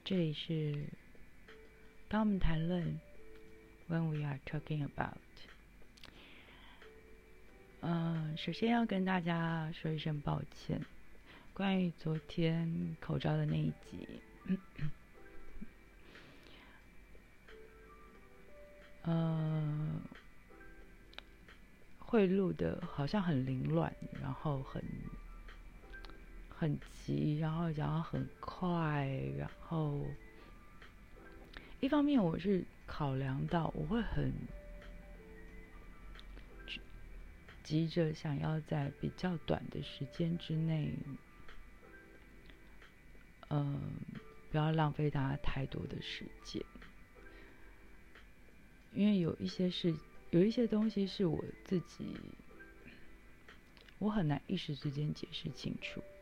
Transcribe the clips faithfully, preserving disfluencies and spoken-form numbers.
这里是当我们谈论 When we are talking about。嗯，首先要跟大家说一声抱歉，关于昨天口罩的那一集，呃，会录的好像很凌乱，然后很很急，然后讲到很快，然后一方面我是考量到我会很急着想要在比较短的时间之内，嗯，不要浪费大家太多的时间，因为有一些事，有一些东西是我自己，我很难一时之间解释清楚的。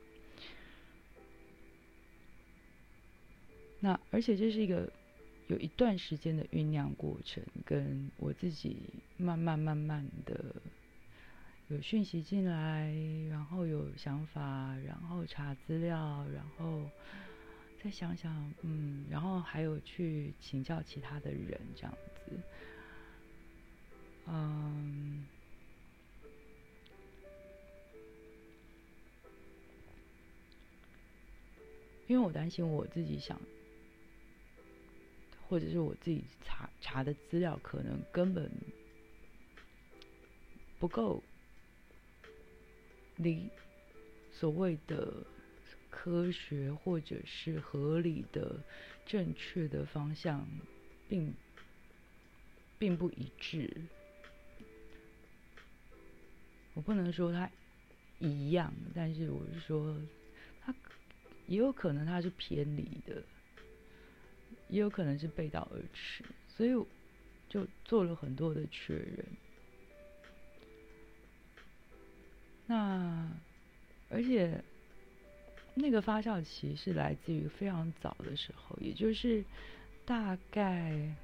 那而且这是一个有一段时间的酝酿过程，跟我自己慢慢慢慢的有讯息进来，然后有想法，然后查资料，然后再想想，嗯，然后还有去请教其他的人，这样子，嗯，因为我担心我自己想，或者是我自己查查的资料，可能根本不够离所谓的科学或者是合理的正确的方向并并不一致。我不能说它一样，但是我是说它也有可能它是偏离的，也有可能是背道而驰，所以我就做了很多的确认。那而且那个发酵期是来自于非常早的时候，也就是大概，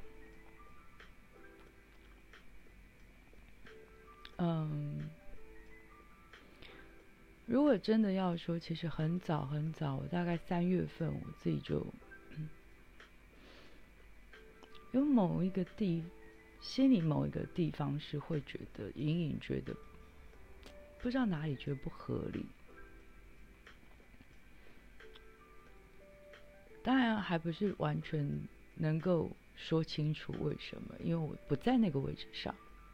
嗯，如果真的要说，其实很早很早，我大概三月份我自己就、嗯、有某一个地，心里某一个地方是会觉得隐隐觉得不知道哪里觉得不合理。当然还不是完全能够说清楚为什么，因为我不在那个位置上。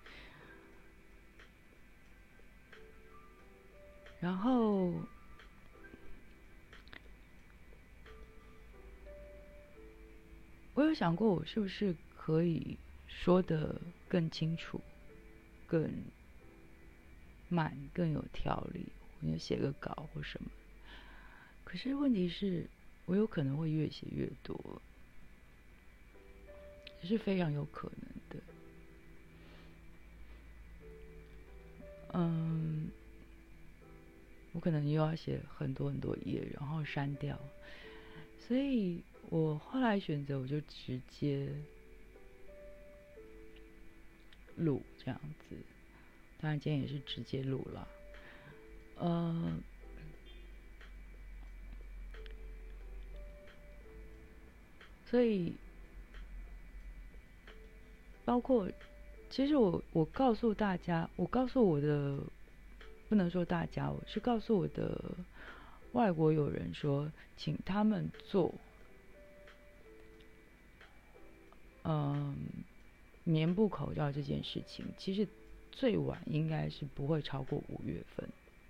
然后我有想过，我是不是可以说得更清楚、更慢、更有条理，我就写个稿或什么。可是问题是，我有可能会越写越多，这是非常有可能的。嗯，我可能又要写很多很多页，然后删掉。所以我后来选择，我就直接录这样子。当然今天也是直接录了。呃，所以包括，其实我我告诉大家，我告诉我的，不能说大家，我是告诉我的外国友人说，请他们做，嗯，棉布口罩这件事情，其实最晚应该是不会超过五月份。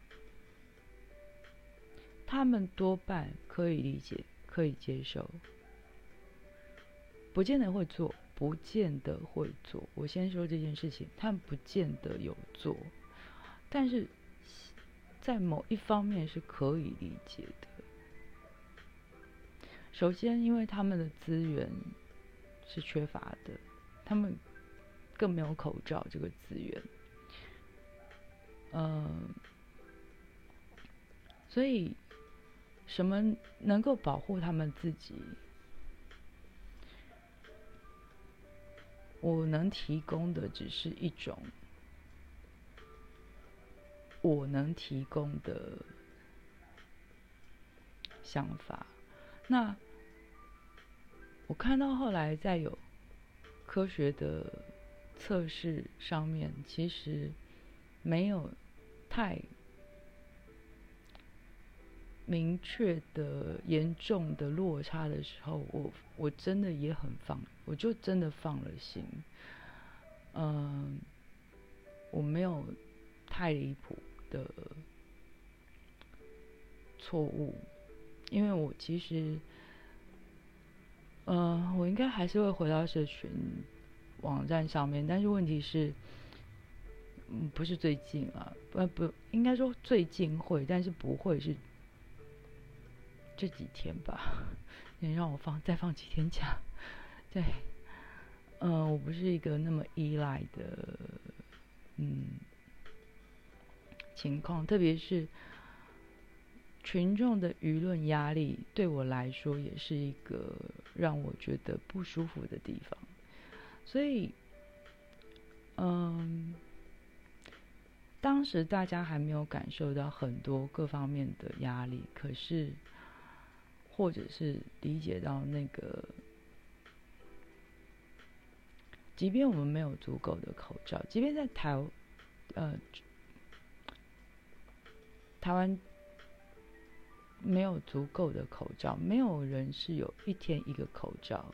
他们多半可以理解，可以接受，不见得会做，不见得会做。我先说这件事情，他们不见得有做，但是在某一方面是可以理解的。首先，因为他们的资源是缺乏的，他们更没有口罩这个资源，嗯，所以什么能够保护他们自己，我能提供的只是一种我能提供的想法。那我看到后来在有科学的测试上面，其实没有太明确的严重的落差的时候，我我真的也很放，我就真的放了心。嗯，我没有太离谱的错误，因为我其实，呃，我应该还是会回到社群网站上面，但是问题是，嗯，不是最近啊，不不，应该说最近会，但是不会是这几天吧？你让我放再放几天假，对，嗯、呃，我不是一个那么依赖的，嗯，情况，特别是群众的舆论压力，对我来说也是一个让我觉得不舒服的地方。所以，嗯，当时大家还没有感受到很多各方面的压力，可是，或者是理解到那个，即便我们没有足够的口罩，即便在台，呃，台湾没有足够的口罩，没有人是有一天一个口罩，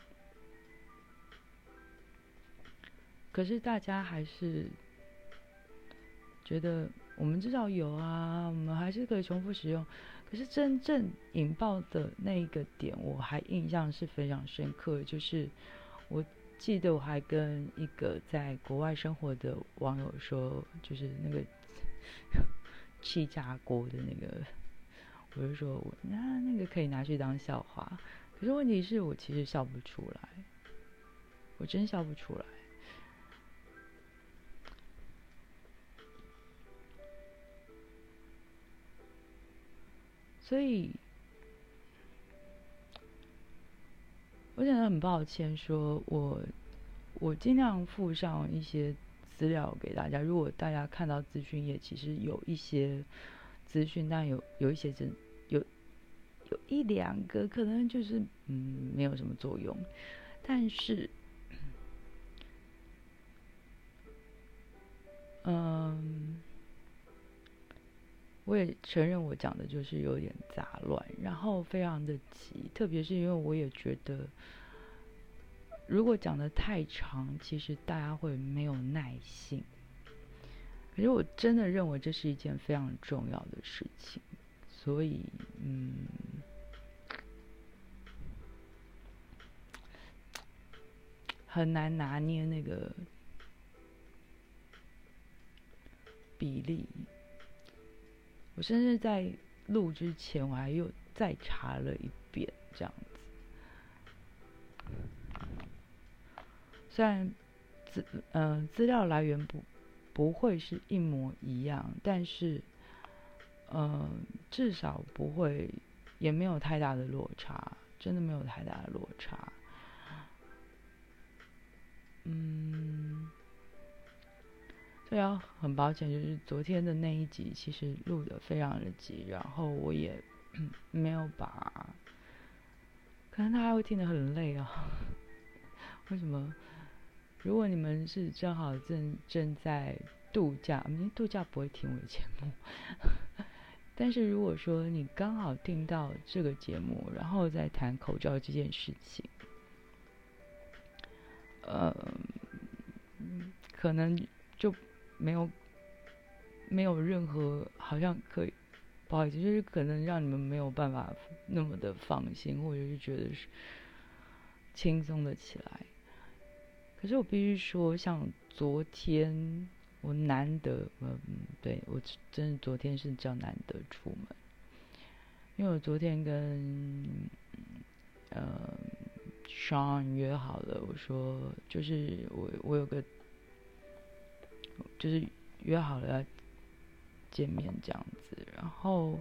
可是大家还是觉得我们至少有啊，我们还是可以重复使用。可是真正引爆的那一个点，我还印象是非常深刻，就是我记得我还跟一个在国外生活的网友说，就是那个气炸锅的那个，我就说那那个可以拿去当笑话。可是问题是我其实笑不出来，我真笑不出来。所以，我真的很抱歉，说我我尽量附上一些资料给大家。如果大家看到资讯页，其实有一些资讯，但有有一些真有有一两个可能就是嗯没有什么作用，但是嗯。我也承认我讲的就是有点杂乱，然后非常的急，特别是因为我也觉得，如果讲的太长，其实大家会没有耐性。可是我真的认为这是一件非常重要的事情，所以嗯，很难拿捏那个比例。我甚至在录之前，我还又再查了一遍，这样子。虽然资嗯、呃、资料来源不不会是一模一样，但是嗯、呃、至少不会，也没有太大的落差，真的没有太大的落差。嗯，所以要很抱歉，就是昨天的那一集其实录得非常的急，然后我也没有把，可能大家会听得很累啊。为什么？如果你们是正好正正在度假，因为度假不会听我的节目，但是如果说你刚好听到这个节目，然后再谈口罩这件事情，呃，可能就没有没有任何好像可以，不好意思，就是可能让你们没有办法那么的放心，或者是觉得是轻松的起来。可是我必须说，像昨天我难得，嗯，对我真的昨天是叫难得出门，因为我昨天跟呃 Sean 约好了，我说就是我我有个就是约好了要见面这样子，然后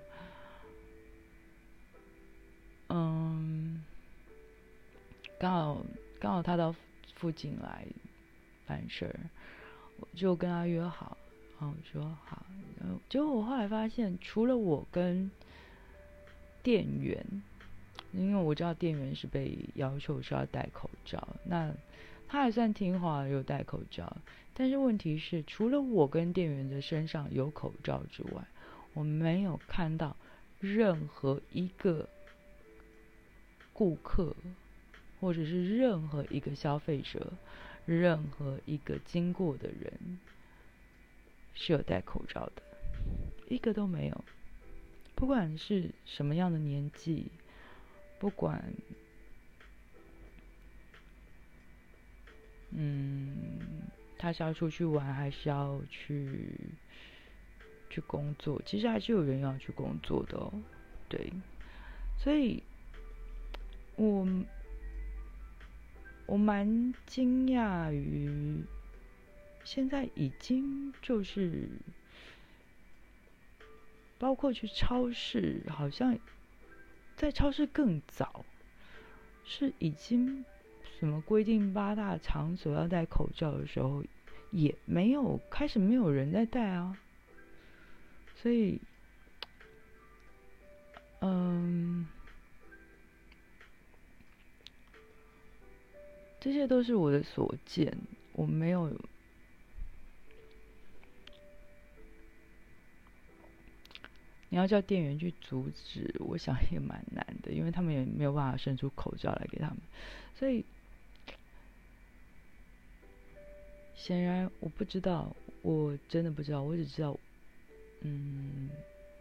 嗯，刚好刚好他到附近来办事儿，我就跟他约好，然后我说好，然后结果我后来发现，除了我跟店员， 因为我知道店员是被要求是要戴口罩，那他还算听话，有戴口罩。但是问题是，除了我跟店员的身上有口罩之外，我没有看到任何一个顾客，或者是任何一个消费者，任何一个经过的人是有戴口罩的，一个都没有。不管是什么样的年纪，不管嗯，他是要出去玩还是要去去工作，其实还是有人要去工作的哦。对，所以我我蛮惊讶于现在已经就是包括去超市，好像在超市更早是已经什么规定八大场所要戴口罩的时候，也没有开始没有人在戴啊。所以嗯，这些都是我的所见，我没有你要叫店员去阻止，我想也蛮难的，因为他们也没有办法伸出口罩来给他们。所以显然我不知道，我真的不知道，我只知道嗯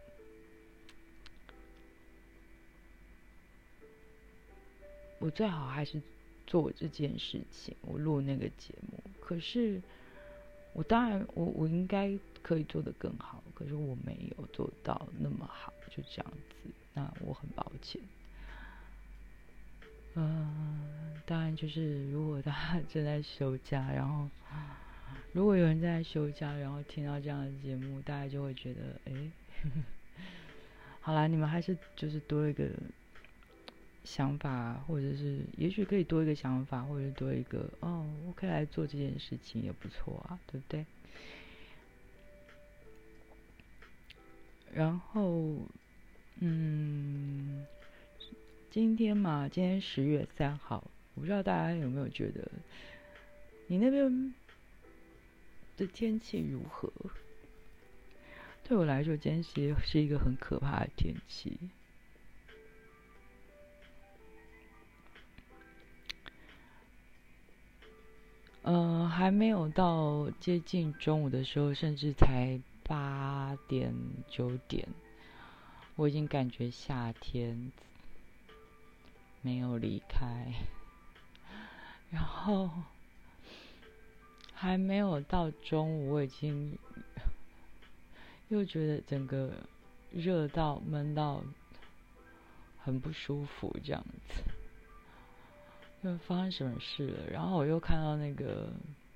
我最好还是做这件事情，我录那个节目。可是我当然我我应该可以做得更好，可是我没有做到那么好，就这样子，那我很抱歉。嗯，当然就是如果大家正在休假，然后如果有人在休假，然后听到这样的节目，大家就会觉得，哎、欸，好啦，你们还是就是多一个想法，或者是也许可以多一个想法，或者是多一个哦，我可以来做这件事情也不错啊，对不对？然后，嗯，今天嘛，今天十月三号，我不知道大家有没有觉得，你那边的天气如何？对我来说，今天是是一个很可怕的天气。呃，还没有到接近中午的时候，甚至才八点九点，我已经感觉夏天没有离开，然后还没有到中午，我已经又觉得整个热到闷到很不舒服，这样子。又发生什么事了？然后我又看到那个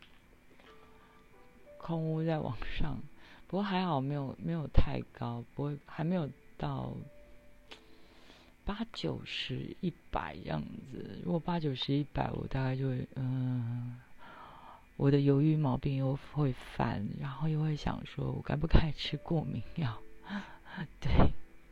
空屋在往上，不过还好没有没有太高，不会还没有到八九十一百这样子。如果八九十一百，我大概就会嗯，我的忧郁毛病又会犯，然后又会想说，我该不该吃过敏药？对，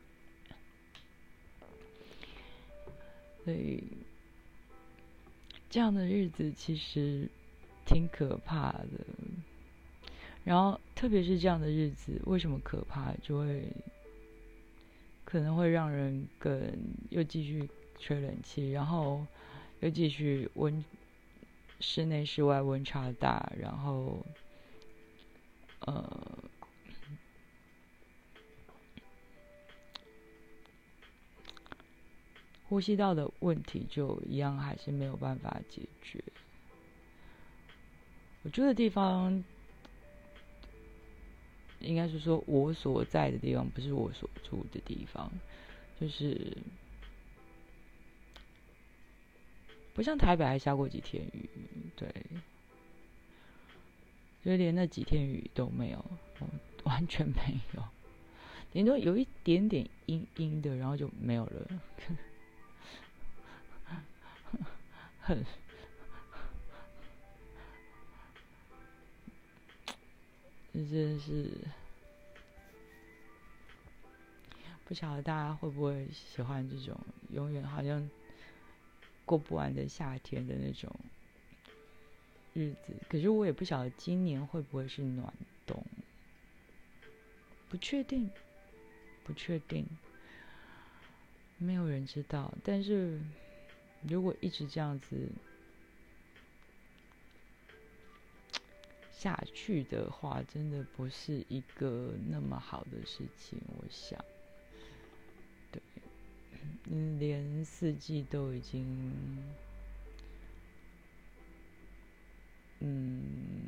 所以这样的日子其实挺可怕的。然后特别是这样的日子，为什么可怕？就会可能会让人更又继续吹冷气，然后又继续温室内室外温差大，然后呃呼吸道的问题就一样还是没有办法解决。我住的地方应该是说我所在的地方，不是我所住的地方，就是不像台北还下过几天雨，对，就连那几天雨都没有，完全没有，顶多有一点点阴阴的，然后就没有了，很这真的是不晓得大家会不会喜欢这种永远好像过不完的夏天的那种日子，可是我也不晓得今年会不会是暖冬，不确定，不确定，没有人知道。但是如果一直这样子下去的话，真的不是一个那么好的事情，我想。对，嗯，连四季都已经，嗯，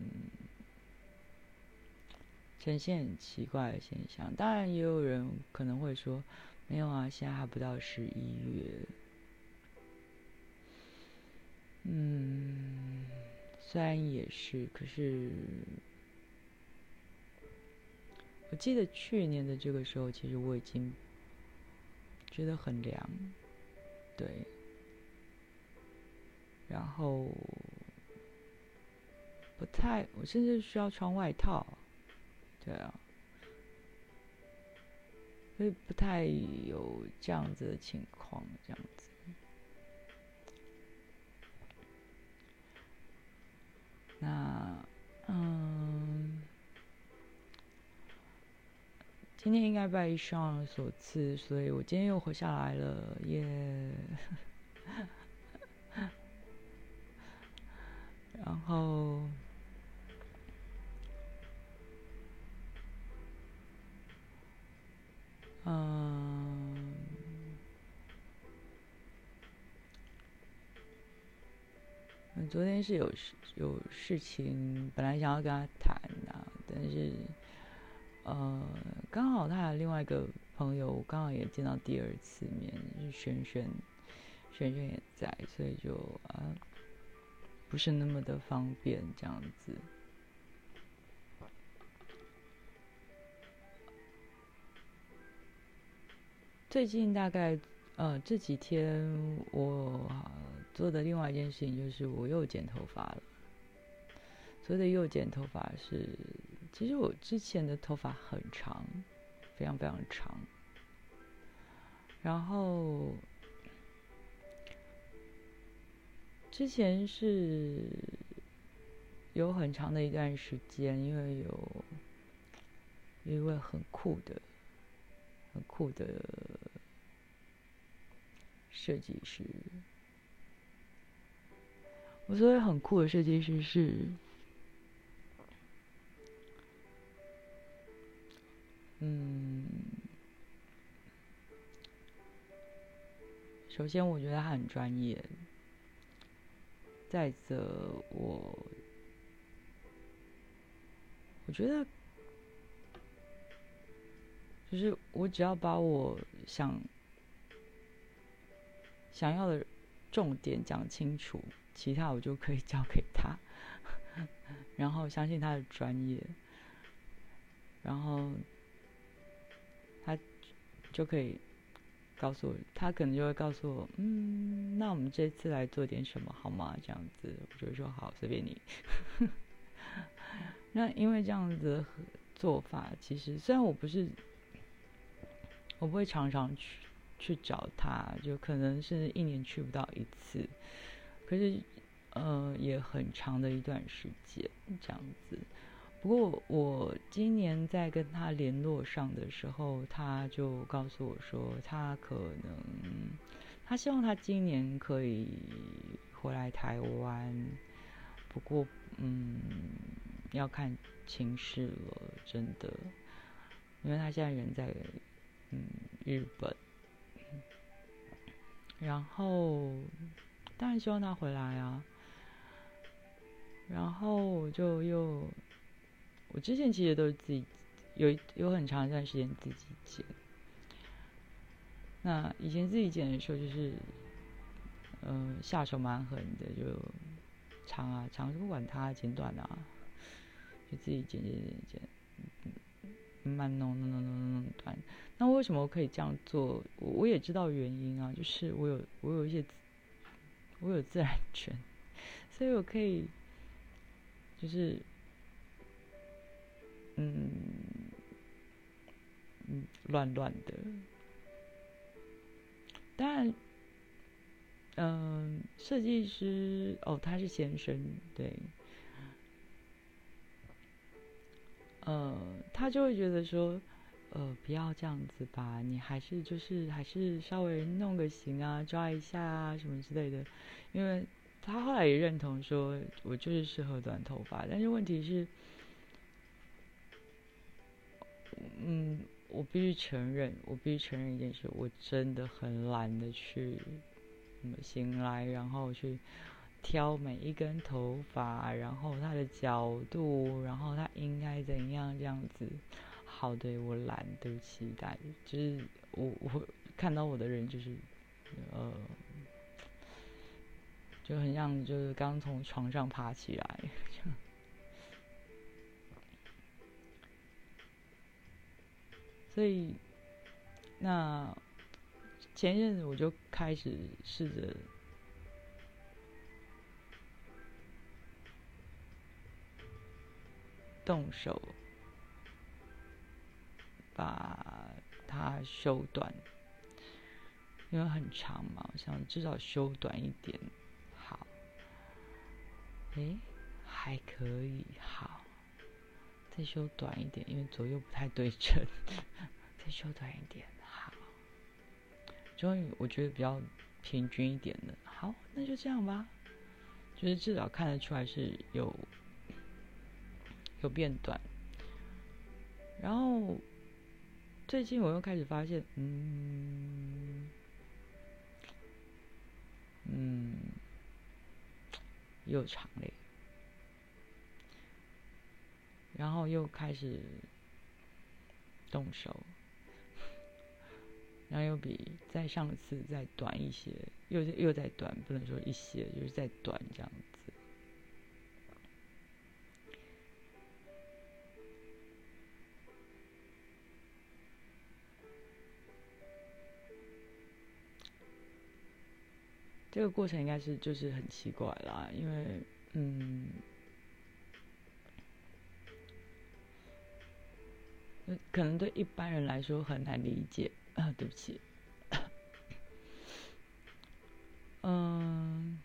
呈现很奇怪的现象。当然，也有人可能会说，没有啊，现在还不到十一月。嗯，虽然也是，可是我记得去年的这个时候，其实我已经觉得很凉，对，然后不太，我甚至需要穿外套，对啊，所以不太有这样子的情况，这样子。那，嗯，今天应该拜上所赐，所以我今天又活下来了，耶、yeah ！然后，嗯，昨天是有事有事情，本来想要跟他谈啊，但是，呃，刚好他的另外一个朋友，刚好也见到第二次面，是轩轩，轩轩也在，所以就啊、呃，不是那么的方便这样子。最近大概呃这几天我做的另外一件事情就是我又剪头发了。所谓的又剪头发是，其实我之前的头发很长，非常非常长，然后之前是有很长的一段时间，因为有有一位很酷的、很酷的设计师。我所谓很酷的设计师是，嗯，首先我觉得他很专业，再者我我觉得就是我只要把我想想要的重点讲清楚，其他我就可以交给他，然后相信他的专业，然后他就可以告诉我，他可能就会告诉我，嗯，那我们这次来做点什么好吗？这样子，我就会说好，随便你。那因为这样子的做法，其实虽然我不是，我不会常常去去找他，就可能是一年去不到一次，可是呃也很长的一段时间这样子。不过我今年在跟他联络上的时候，他就告诉我说，他可能他希望他今年可以回来台湾，不过嗯要看情势了，真的，因为他现在人在嗯日本，然后当然希望他回来啊，然后我就又。我之前其实都是自己有有很长一段时间自己剪。那以前自己剪的时候，就是嗯、呃、下手蛮狠的，就长啊长就不管它，剪短啊，就自己剪剪剪剪，慢弄弄弄弄弄短。那为什么我可以这样做？我我也知道原因啊，就是我有我有一些我有自然卷，所以我可以就是嗯。嗯，乱乱的， 当然，嗯、呃，设计师哦，他是先生，对，呃，他就会觉得说，呃，不要这样子吧，你还是就是还是稍微弄个型啊，抓一下啊什么之类的，因为他后来也认同说我就是适合短头发，但是问题是，嗯，我必须承认，我必须承认一件事，我真的很懒得去醒来，然后去挑每一根头发，然后它的角度，然后它应该怎样这样子。好的，我懒，对不起，大就是我我看到我的人就是呃，就很像就是刚从床上爬起来。所以那前一阵子我就开始试着动手把它修短，因为很长嘛，我想至少修短一点。好，诶，还可以，好，再修短一点，因为左右不太对称，再修短一点，好，终于我觉得比较平均一点的，好，那就这样吧，就是至少看得出来是有有变短，然后最近我又开始发现，嗯嗯，又长嘞，然后又开始动手，然后又比再上次再短一些，又又再短，不能说一些，就是再短这样子。这个过程应该是就是很奇怪啦，因为嗯，可能对一般人来说很难理解啊，对不起，嗯，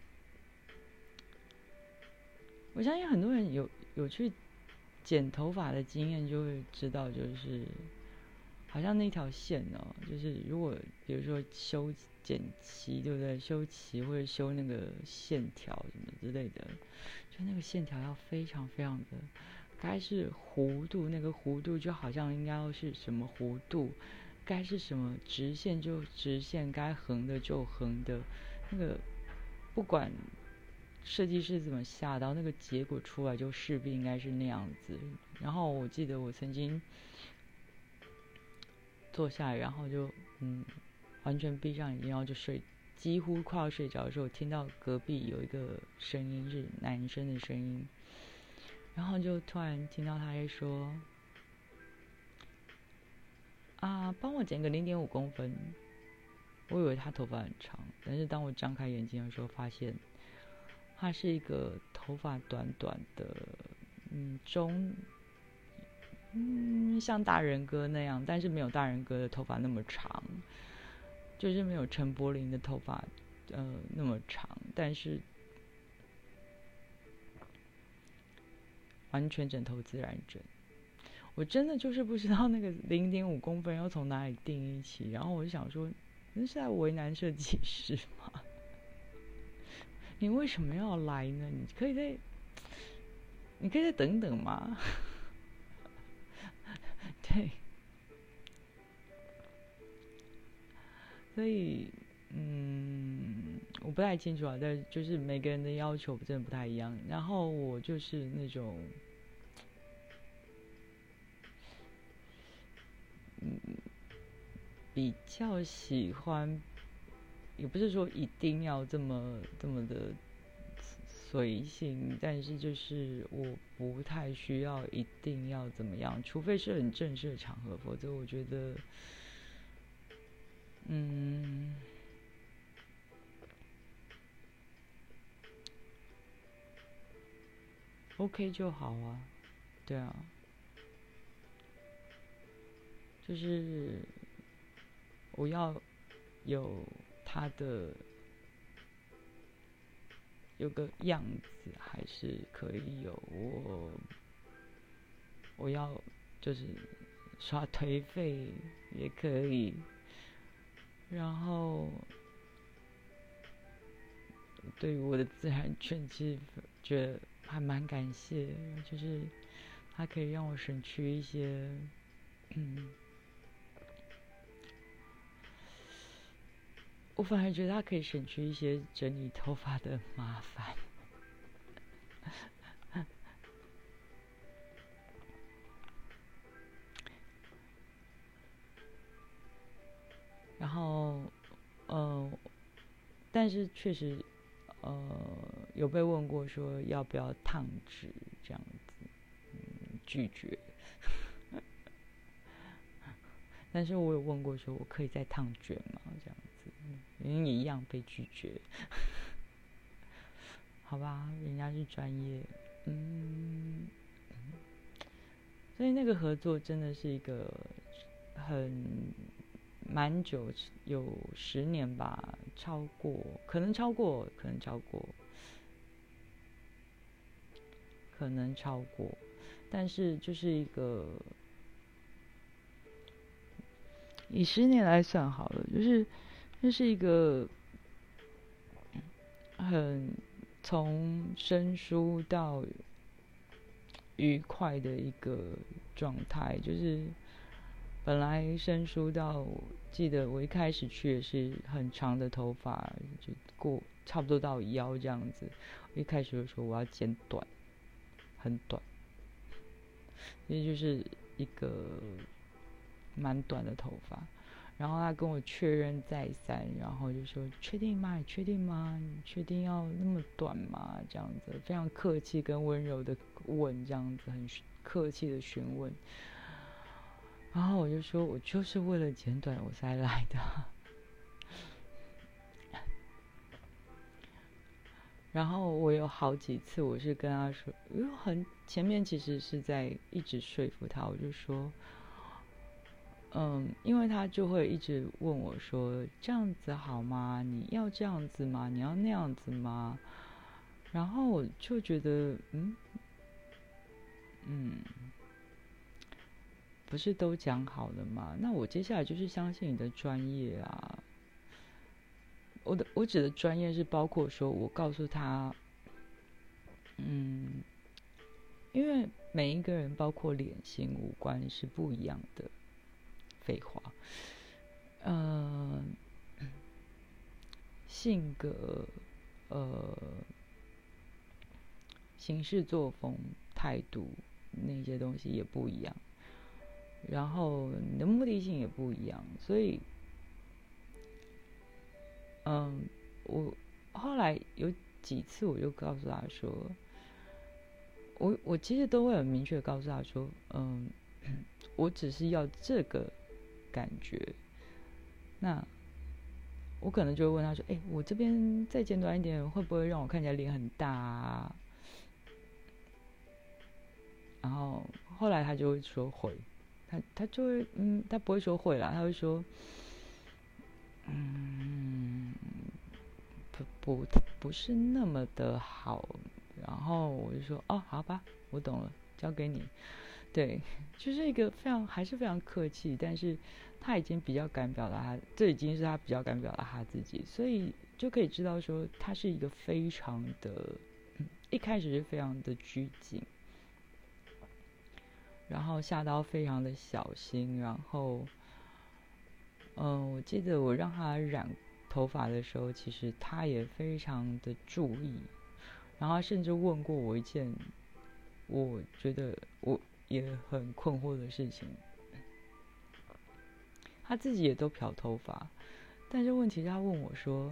我相信很多人有有去剪头发的经验，就会知道，就是好像那条线哦，就是如果比如说修剪齐，对不对？修齐或者修那个线条什么之类的，就那个线条要非常非常的，该是弧度，那个弧度就好像应该要是什么弧度，该是什么直线就直线，该横的就横的，那个不管设计师怎么下刀，那个结果出来就势必应该是那样子。然后我记得我曾经坐下来，然后就嗯，完全闭上眼睛，然后就睡，几乎快要睡着的时候，听到隔壁有一个声音是男生的声音，然后就突然听到他在说：“啊，帮我剪个零点五公分。”我以为他头发很长，但是当我张开眼睛的时候，发现他是一个头发短短的，嗯，中。嗯，像大人哥那样，但是没有大人哥的头发那么长，就是没有陈柏霖的头发，呃，那么长，但是完全整头自然卷。我真的就是不知道那个零点五公分要从哪里定义起，然后我就想说，那是在为难设计师吗？你为什么要来呢？你可以再，你可以再等等嘛。对。所以，嗯，我不太清楚啊，但就是每个人的要求真的不太一样。然后我就是那种，嗯，比较喜欢，也不是说一定要这么这么的随性，但是就是我不太需要一定要怎么样，除非是很正式的场合，否则我觉得，嗯。OK 就好啊，对啊，就是我要有它的有个样子还是可以有。我我要就是耍颓废也可以，然后对于我的自然卷，其实觉得还蛮感谢，就是它可以让我省去一些，嗯，我反而觉得它可以省去一些整理头发的麻烦。然后，呃，但是确实，呃，有被问过说要不要烫直这样子，嗯，拒绝。但是我有问过说我可以再烫卷吗？这样子，因为也一样被拒绝。好吧，人家是专业，嗯，所以那个合作真的是一个很蛮久，有十年吧，超过，可能超过，可能超过，可能超过，但是就是一个以十年来算好了，就是这是一个很从生疏到愉快的一个状态，就是本来生疏到，记得我一开始去也是很长的头发，就过差不多到腰这样子。我一开始就说我要剪短，很短，也就是一个蛮短的头发。然后他跟我确认再三，然后就说：“确定吗？你确定吗？你确定要那么短吗？”这样子非常客气跟温柔的问，这样子很客气的询问。然后我就说：“我就是为了剪短我才来的。”然后我有好几次我是跟他说，因为很前面其实是在一直说服他，我就说。嗯，因为他就会一直问我说：“这样子好吗？你要这样子吗？你要那样子吗？”然后我就觉得，嗯嗯，不是都讲好了吗？那我接下来就是相信你的专业啊。我的我指的专业是包括说我告诉他，嗯，因为每一个人包括脸型、五官是不一样的。废话，呃。性格、呃，行事作风、态度那些东西也不一样，然后你的目的性也不一样，所以，嗯，我后来有几次我就告诉他说，我我其实都会很明确告诉他说，嗯，我只是要这个感觉，那。我可能就会问他说：“哎、欸，我这边再剪短一点，会不会让我看起来脸很大啊？”然后后来他就会说会，他他就会嗯，他不会说会啦，他会说嗯，不不不是那么的好。然后我就说哦，好吧，我懂了，交给你。对，就是一个非常还是非常客气，但是他已经比较敢表达他，这已经是他比较敢表达他自己，所以就可以知道说他是一个非常的，嗯、一开始是非常的拘谨，然后下刀非常的小心，然后，嗯，我记得我让他染头发的时候，其实他也非常的注意，然后他甚至问过我一件我觉得我也很困惑的事情。他自己也都漂头发，但是问题是他问我说，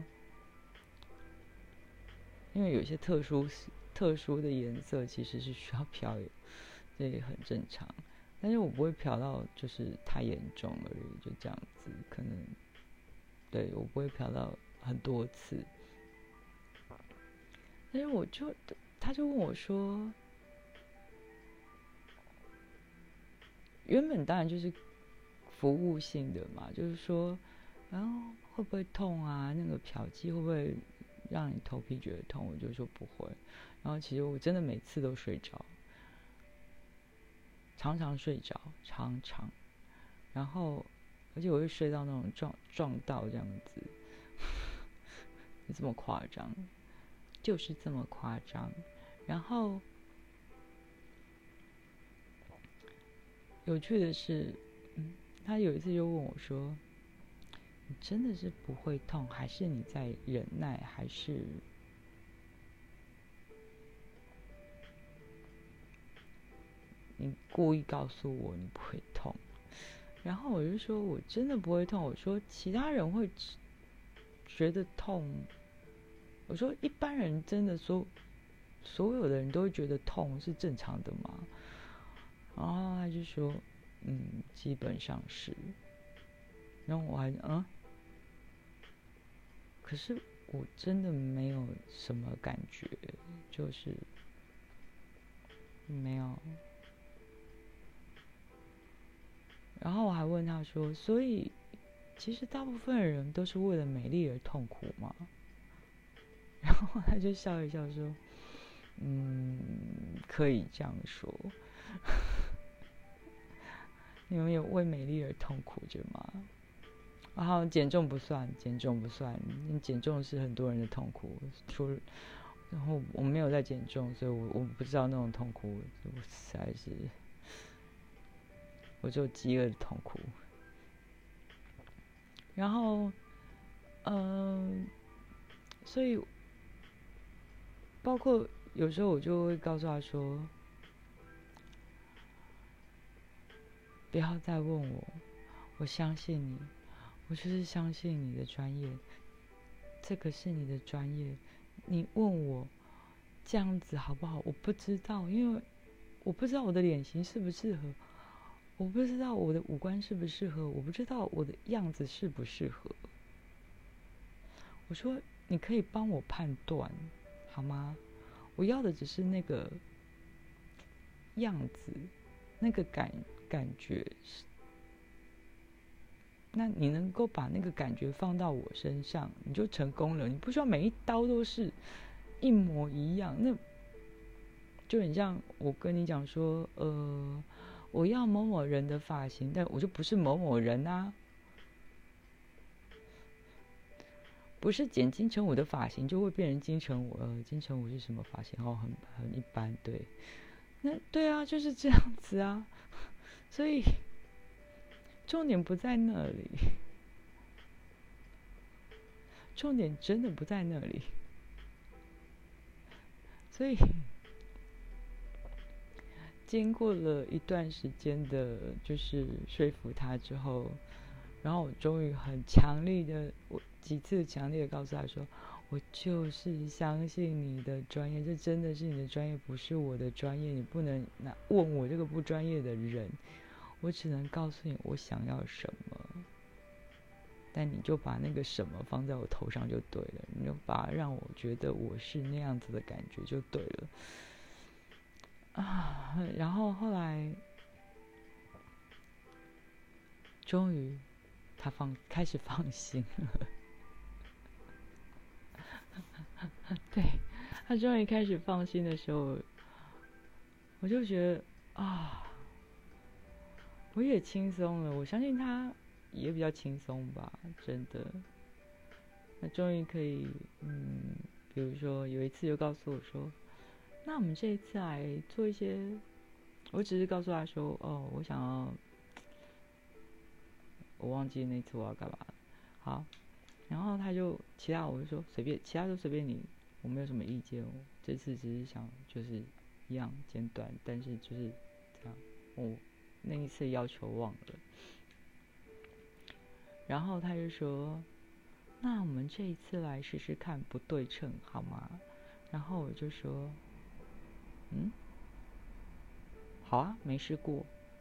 因为有些特殊特殊的颜色其实是需要漂，这也很正常。但是我不会漂到就是太严重而已，就这样子，可能对我不会漂到很多次。但是我就他就问我说，原本当然就是服务性的嘛，就是说然后会不会痛啊？那个嫖妓会不会让你头皮觉得痛？我就说不会。然后其实我真的每次都睡着，常常睡着，常常。然后而且我会睡到那种撞撞到这样子，这么夸张，就是这么夸张。然后有趣的是，嗯，他有一次就问我说：“你真的是不会痛，还是你在忍耐，还是你故意告诉我你不会痛？”然后我就说：“我真的不会痛。”我说：“其他人会觉得痛。”我说：“一般人真的说，所有的人都会觉得痛是正常的吗？”然后他就说：“嗯，基本上是。”然后我还嗯，可是我真的没有什么感觉，就是没有。然后我还问他说：“所以，其实大部分人都是为了美丽而痛苦吗？”然后他就笑一笑说：“嗯，可以这样说。你们有为美丽而痛苦着吗？”然后减重不算，减重不算，减重是很多人的痛苦。除然后我没有在减重，所以我我不知道那种痛苦，我实在是，我只有饥饿的痛苦。然后，嗯、呃，所以包括有时候我就会告诉他说：“不要再问我，我相信你，我就是相信你的专业，这个是你的专业。你问我这样子好不好？我不知道，因为我不知道我的脸型适不适合，我不知道我的五官适不适合，我不知道我的样子适不适合。”我说：“你可以帮我判断，好吗？我要的只是那个样子，那个感感觉。那你能够把那个感觉放到我身上，你就成功了。你不需要每一刀都是一模一样，那就很像我跟你讲说，呃，我要某某人的发型，但我就不是某某人啊。不是剪金城武的发型就会变成金城武，呃，金城武是什么发型？哦，很很一般，对。那对啊，就是这样子啊。所以重点不在那里，重点真的不在那里。所以经过了一段时间的，就是说服他之后，然后我终于很强力的，我几次强烈的告诉他说：“我就是相信你的专业，这真的是你的专业，不是我的专业。你不能拿问我这个不专业的人，我只能告诉你我想要什么。但你就把那个什么放在我头上就对了，你就把它让我觉得我是那样子的感觉就对了。”啊，然后后来，终于，他放开始放心了。对，他终于开始放心的时候，我就觉得啊，我也轻松了。我相信他也比较轻松吧，真的。他终于可以，嗯，比如说有一次就告诉我说：“那我们这一次来做一些。”我只是告诉他说：“哦，我想要。”我忘记那次我要干嘛了。好，然后他就其他我就说随便，其他都随便你，我没有什么意见。我这次只是想就是一样简短，但是就是这样。我那一次要求忘了。然后他就说：“那我们这一次来试试看不对称好吗？”然后我就说：“嗯，好啊，没试过。”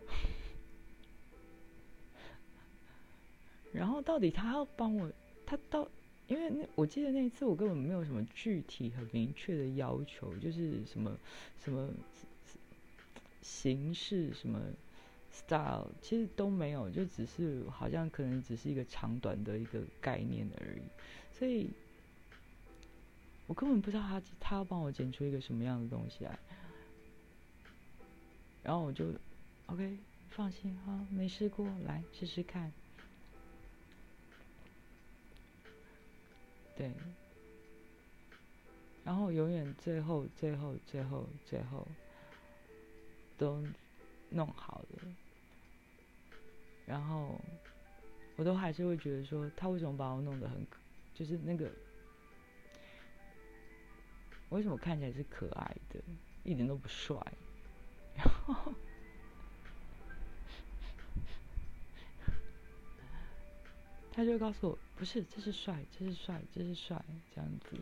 然后到底他要帮我，他到，因为那我记得那一次我根本没有什么具体很明确的要求，就是什么什么形式什么 style 其实都没有，就只是好像可能只是一个长短的一个概念而已，所以我根本不知道他他要帮我剪出一个什么样的东西来，然后我就 OK 放心哈，没试过，来试试看。对，然后永远最后最后最后最后都弄好了，然后我都还是会觉得说，他为什么把我弄得很，就是那个为什么看起来是可爱的，一点都不帅，然后他就会告诉我，不是，这是帅，这是帅，这是帅，这样子。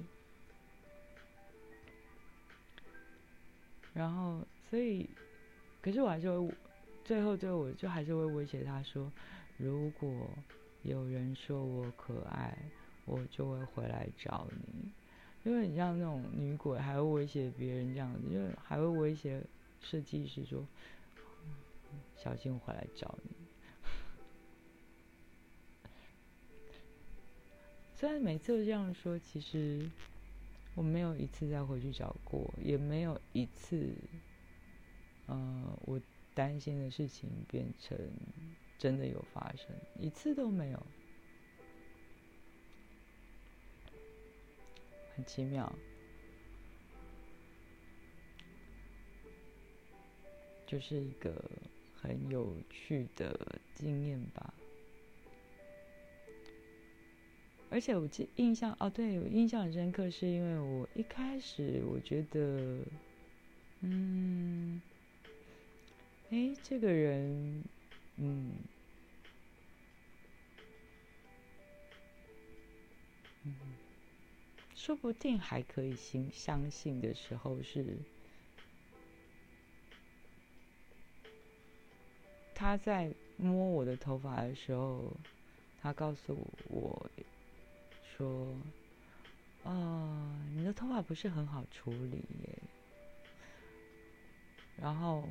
然后，所以，可是我还是会，最后最后我就还是会威胁他说，如果有人说我可爱，我就会回来找你。因为你像那种女鬼，还会威胁别人这样子，就还会威胁设计师说，小心我回来找你。虽然每次都这样说，其实我没有一次再回去找过，也没有一次，呃，我担心的事情变成真的有发生，一次都没有，很奇妙，就是一个很有趣的经验吧。而且我记印象哦，对，我印象很深刻，是因为我一开始我觉得，嗯，哎，这个人，嗯，嗯，说不定还可以信相信的时候是，他在摸我的头发的时候，他告诉我说，哦，你的头发不是很好处理耶。然后，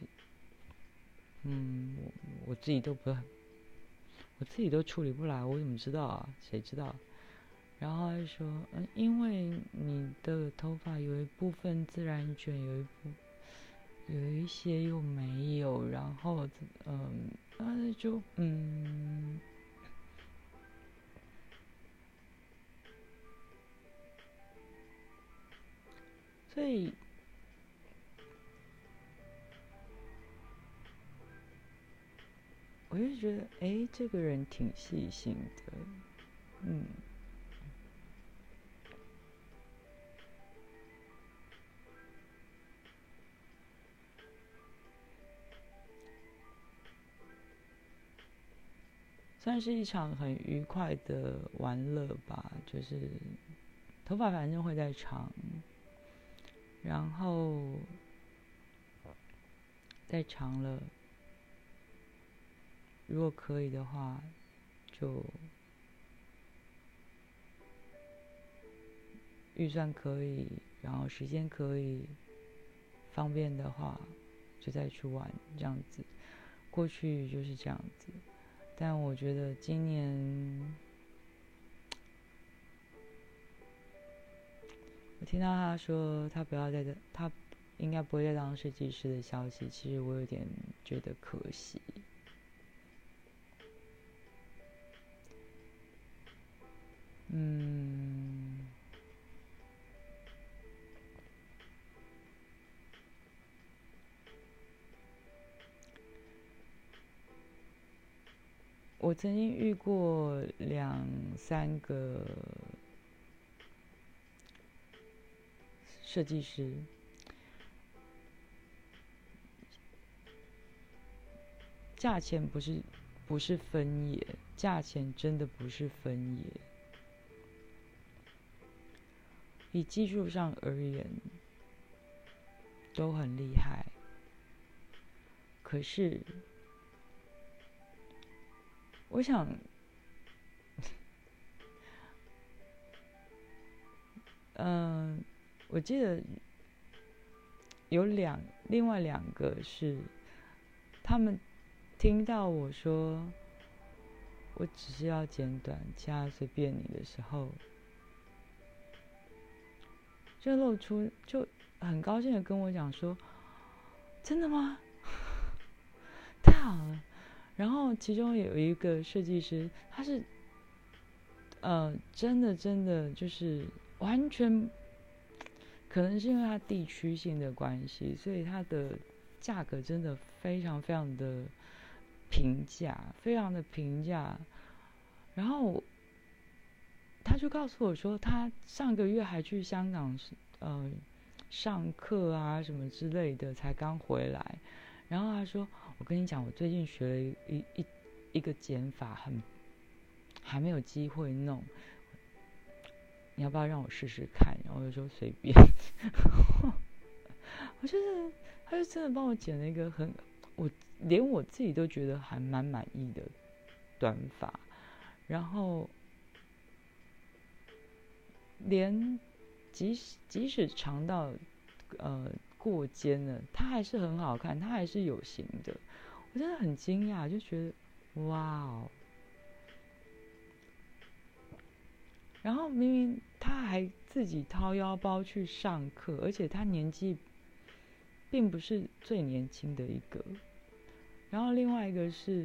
嗯，我我自己都不，我自己都处理不来，我怎么知道啊？谁知道？然后他说，嗯，因为你的头发有一部分自然卷，有一部有一些又没有，然后，嗯，呃，就嗯，所以。我就觉得，哎，这个人挺细心的，嗯，算是一场很愉快的玩乐吧。就是头发反正会在长，然后再长了，如果可以的话，就预算可以，然后时间可以，方便的话，就再去玩这样子。过去就是这样子，但我觉得今年，我听到他说他不要再他应该不会再当设计师的消息，其实我有点觉得可惜。嗯，我曾经遇过两三个设计师，价钱不是不是分野，价钱真的不是分野。以技术上而言，都很厉害。可是，我想，嗯、呃，我记得有两，另外两个是他们听到我说我只是要剪短，其他随便你的时候，就露出就很高兴的跟我讲说，真的吗？太好了。然后其中有一个设计师，他是呃真的真的就是完全，可能是因为它地区性的关系，所以它的价格真的非常非常的平价，非常的平价。然后他就告诉我说，他上个月还去香港呃上课啊什么之类的，才刚回来。然后他说，我跟你讲，我最近学了一一一一个剪法，很还没有机会弄，你要不要让我试试看？然后我就说随便。我就是，他就真的帮我剪了一个很，我连我自己都觉得还蛮满意的短发，然后连即使即使长到呃过肩了，它还是很好看，它还是有型的。我真的很惊讶，就觉得哇哦。然后明明他还自己掏腰包去上课，而且他年纪并不是最年轻的一个。然后另外一个是，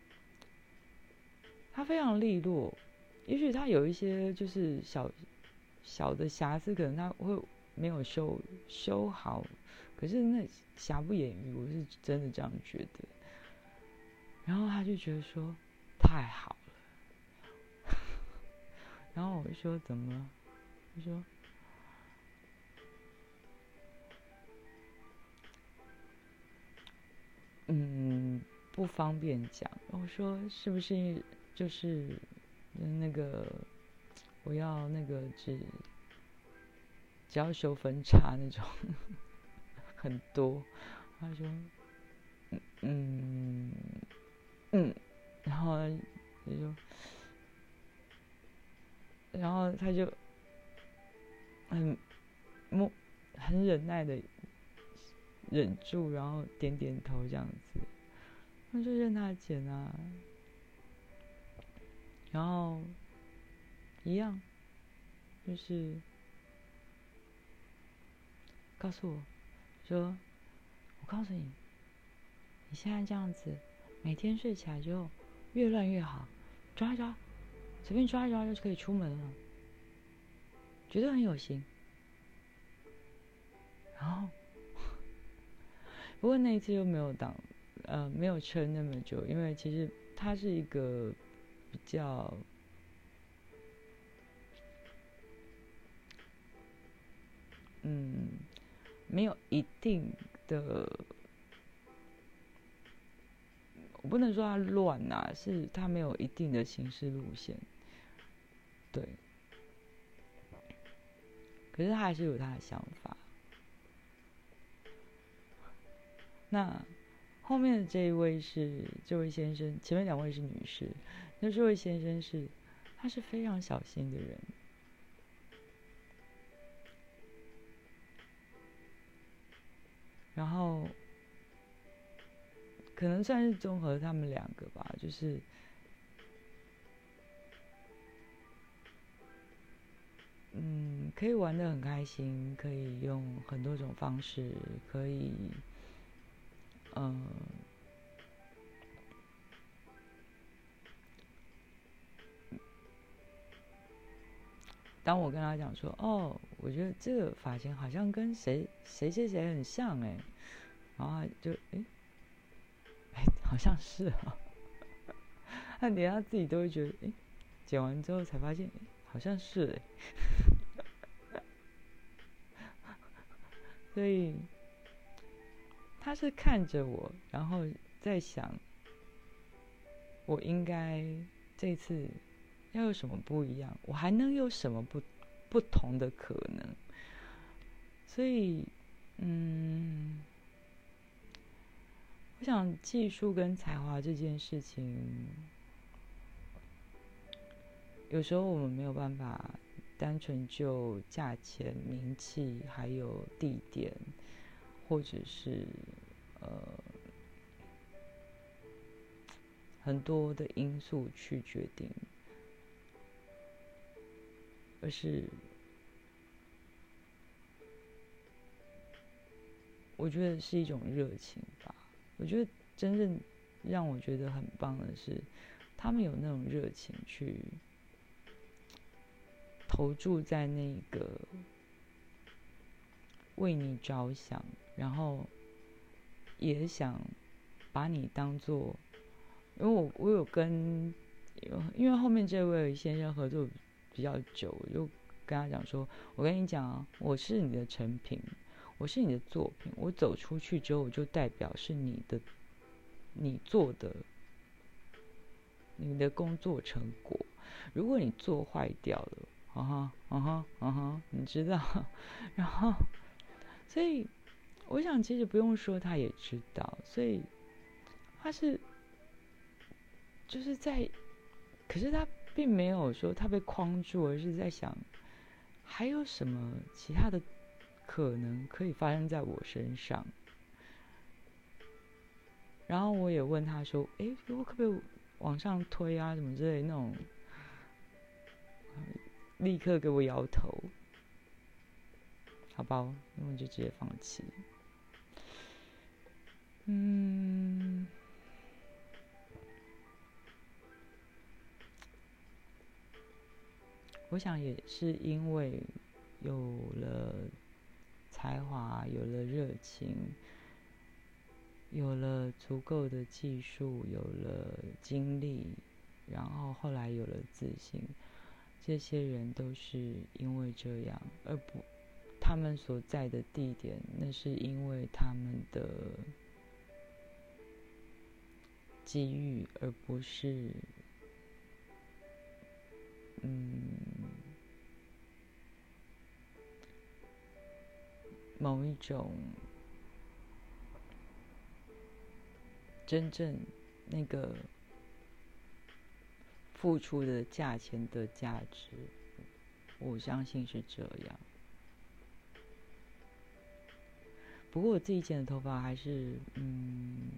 他非常利落，也许他有一些就是小小的瑕疵，可能他会没有修修好，可是那瑕不掩瑜，我是真的这样觉得。然后他就觉得说太好了，然后我就说怎么了？他说嗯不方便讲。我说是不是就是那个我要那个只只要修分叉那种很多。他说嗯嗯，然后他就然后他就很默很忍耐的忍住，然后点点头这样子。那就任他剪啊，然后一样就是告诉我说，我告诉你，你现在这样子，每天睡起来就越乱越好，抓一抓，随便抓一抓就可以出门了，绝对很有型。然后，不过那一次又没有当，呃，没有撑那么久，因为其实它是一个比较，嗯，没有一定的。我不能说它乱啊，是它没有一定的行事路线，对。可是他还是有他的想法。那后面的这一位是这位先生，前面两位是女士，那这位先生是，他是非常小心的人，然后可能算是综合他们两个吧，就是嗯，可以玩得很开心，可以用很多种方式，可以嗯。当我跟他讲说，哦，我觉得这个发型好像跟谁谁谁谁很像哎，然后他就哎哎，好像是啊，他连他自己都会觉得，哎，剪完之后才发现，哎，好像是哎，所以他是看着我，然后在想，我应该这次要有什么不一样，我还能有什么不不同的可能？所以，嗯，我想技术跟才华这件事情，有时候我们没有办法单纯就价钱、名气，还有地点，或者是呃， 很多的因素去决定，而是我觉得是一种热情吧。我觉得真正让我觉得很棒的是，他们有那种热情去投注在那个为你着想，然后也想把你当做，因为我我有跟，因为后面这位先生合作比较久，我就跟他讲说，我跟你讲啊，我是你的成品，我是你的作品，我走出去之后，我就代表是你的，你做的，你的工作成果。如果你做坏掉了，啊哈啊哈啊哈，你知道，然后，所以我想其实不用说，他也知道，所以他是就是在，可是他并没有说他被框住，而是在想还有什么其他的可能可以发生在我身上。然后我也问他说：“哎，我可不可以往上推啊，什么之类的那种？”立刻给我摇头，好吧，那我就直接放弃。嗯，我想也是因为有了才华，有了热情，有了足够的技术，有了经历，然后后来有了自信。这些人都是因为这样，而不他们所在的地点，那是因为他们的机遇，而不是嗯某一种真正那个付出的价钱的价值。我相信是这样。不过我自己剪的头发还是，嗯，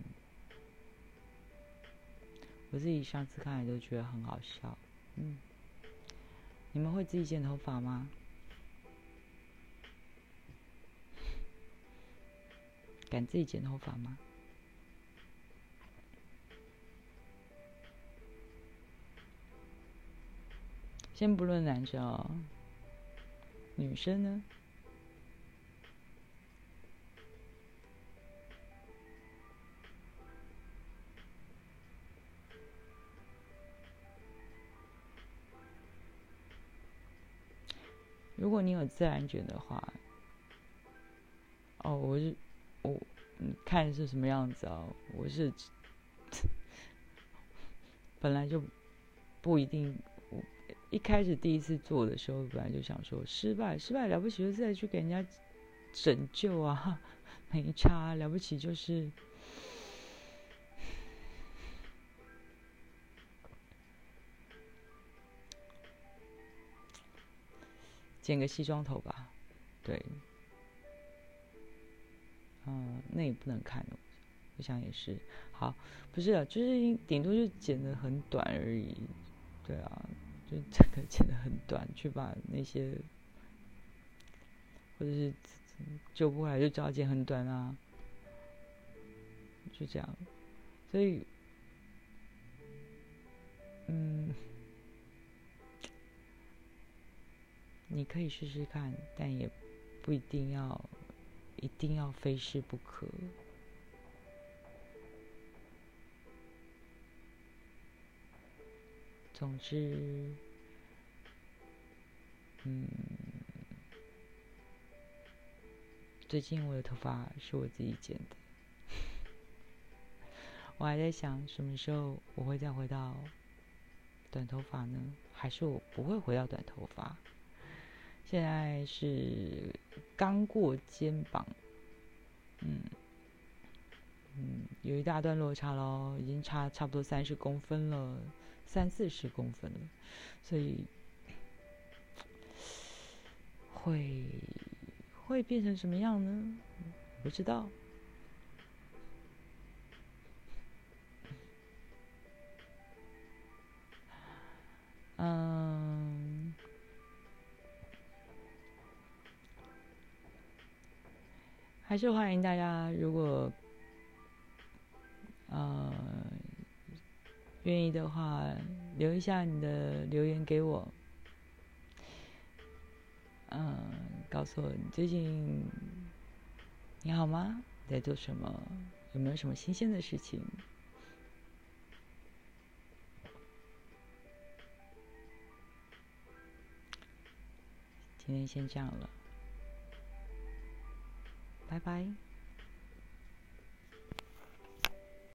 我自己上次看来都觉得很好笑。嗯，你们会自己剪头发吗？敢自己剪头发吗？先不论男生哦，女生呢？如果你有自然卷的话，哦，我是我，你看是什么样子啊？我是本来就不一定，我一开始第一次做的时候，本来就想说失败，失败了不起就再去给人家拯救啊，没差，了不起就是剪个西装头吧，对，嗯，那也不能看，我想也是。好，不是啊，就是顶多就剪得很短而已，对啊，就整个剪得很短，去把那些或者是救不回来就只好剪很短啊，就这样。所以，嗯，你可以试试看，但也不一定要，一定要非试不可。总之，嗯，最近我的头发是我自己剪的，我还在想什么时候我会再回到短头发呢？还是我不会回到短头发？现在是刚过肩膀，嗯嗯，有一大段落差咯，已经差差不多三十公分了，三四十公分了，所以会会变成什么样呢？不知道。 还是欢迎大家，如果呃愿意的话，留一下你的留言给我，嗯、呃，告诉我你最近你好吗？在做什么？有没有什么新鲜的事情？今天先这样了，拜拜。